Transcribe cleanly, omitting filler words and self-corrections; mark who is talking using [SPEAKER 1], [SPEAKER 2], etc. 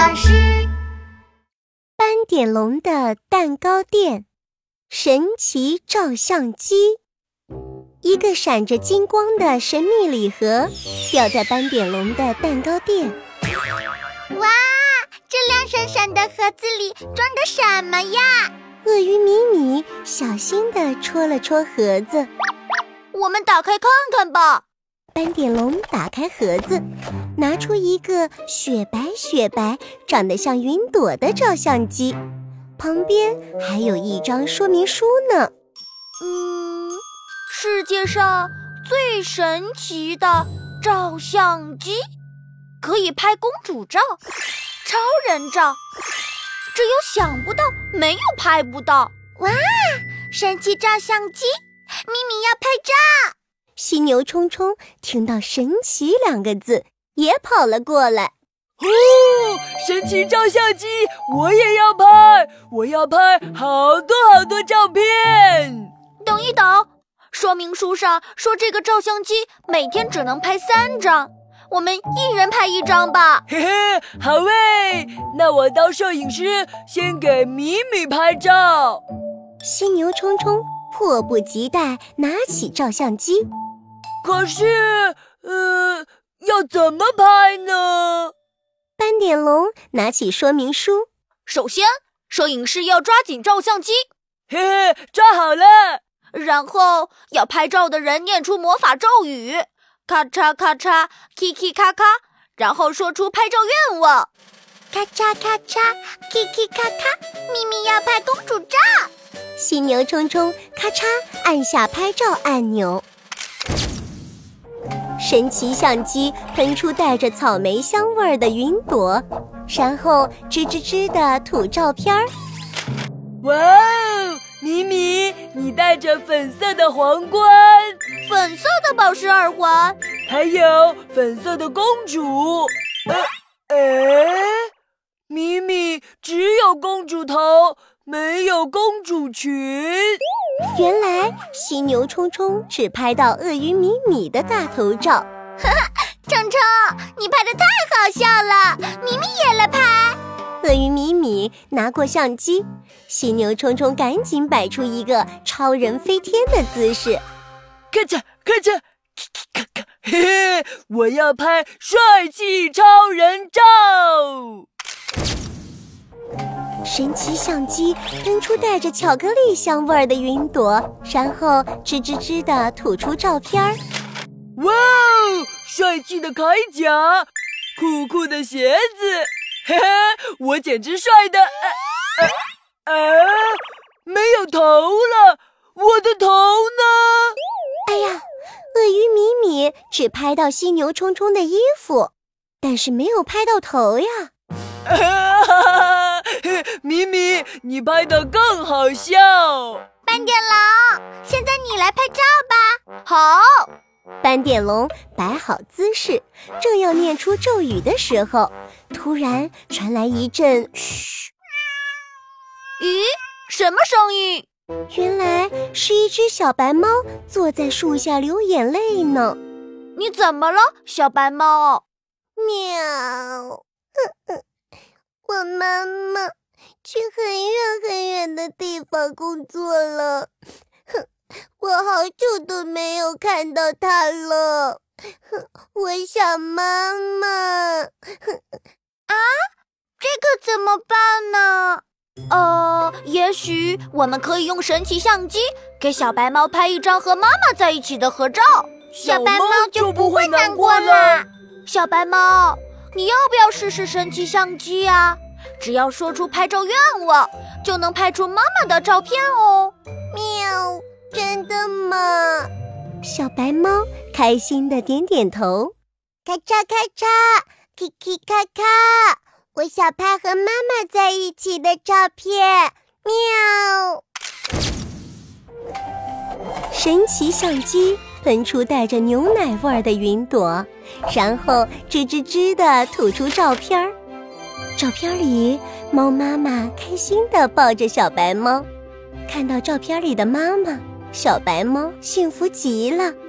[SPEAKER 1] 老师。
[SPEAKER 2] 斑点龙的蛋糕店，神奇照相机。一个闪着金光的神秘礼盒掉在斑点龙的蛋糕店。
[SPEAKER 1] 哇，这亮闪闪的盒子里装的什么呀？
[SPEAKER 2] 鳄鱼米米小心地戳了戳盒子。
[SPEAKER 1] 我们打开看看吧。
[SPEAKER 2] 斑点龙打开盒子，拿出一个雪白雪白、长得像云朵的照相机，旁边还有一张说明书呢。
[SPEAKER 1] 世界上最神奇的照相机，可以拍公主照、超人照，只有想不到，没有拍不到。哇，神奇照相机，咪咪要拍照。
[SPEAKER 2] 犀牛冲冲听到神奇2个字也跑了过来。
[SPEAKER 3] 哦，神奇照相机，我也要拍，我要拍好多好多照片。
[SPEAKER 1] 等一等，说明书上说这个照相机每天只能拍3张，我们一人拍1张吧。
[SPEAKER 3] 嘿嘿，好喂，那我当摄影师，先给米米拍照。
[SPEAKER 2] 犀牛冲冲迫不及待拿起照相机。
[SPEAKER 3] 可是，要怎么拍呢？
[SPEAKER 2] 斑点龙拿起说明书。
[SPEAKER 1] 首先，摄影师要抓紧照相机，
[SPEAKER 3] 嘿嘿，抓好了。
[SPEAKER 1] 然后要拍照的人念出魔法咒语，咔嚓咔嚓 ，kiki 咔咔，然后说出拍照愿望，咔嚓咔嚓 ，kiki 咔咔，咪咪要拍公主照。
[SPEAKER 2] 犀牛冲冲咔嚓按下拍照按钮，神奇相机喷出带着草莓香味的云朵，然后吱吱吱地吐照片。
[SPEAKER 3] 哇哦，米米，你戴着粉色的皇冠，
[SPEAKER 1] 粉色的宝石耳环，
[SPEAKER 3] 还有粉色的公主。米米只有公主头，没有公主裙。
[SPEAKER 2] 原来犀牛冲冲只拍到鳄鱼米米的大头照。
[SPEAKER 1] 冲冲，你拍得太好笑了，米米也来拍。
[SPEAKER 2] 鳄鱼米米拿过相机，犀牛冲冲赶紧摆出一个超人飞天的姿势。
[SPEAKER 3] 咔嚓咔嚓，咔咔，嘿嘿，我要拍帅气超人照。
[SPEAKER 2] 神奇相机喷出带着巧克力香味的云朵，然后吱吱吱地吐出照片。
[SPEAKER 3] 哇哦，帅气的铠甲，酷酷的鞋子，嘿嘿，我简直帅的没有头了，我的头呢？
[SPEAKER 2] 哎呀，鳄鱼米米只拍到犀牛冲冲的衣服，但是没有拍到头呀。
[SPEAKER 3] 米米，你拍得更好笑。
[SPEAKER 1] 斑点龙，现在你来拍照吧。好。
[SPEAKER 2] 斑点龙摆好姿势，正要念出咒语的时候，突然传来一阵嘘。
[SPEAKER 1] 咦，什么声音？
[SPEAKER 2] 原来是一只小白猫坐在树下流眼泪呢。
[SPEAKER 1] 你怎么了，小白猫？
[SPEAKER 2] 喵。我妈妈去很远很远的地方工作了，我好久都没有看到她了，我想妈妈。
[SPEAKER 1] 啊，这可怎么办呢？也许我们可以用神奇相机给小白猫拍一张和妈妈在一起的合照，小白猫就不会难过啦。小白猫，你要不要试试神奇相机啊？只要说出拍照愿望，就能拍出妈妈的照片哦。
[SPEAKER 2] 喵，真的吗？小白猫开心地点点头。咔嚓咔嚓 ，kiki 咔咔，我想拍和妈妈在一起的照片。喵。神奇相机喷出带着牛奶味的云朵，然后吱吱吱地吐出照片。照片里，猫妈妈开心地抱着小白猫。看到照片里的妈妈，小白猫幸福极了。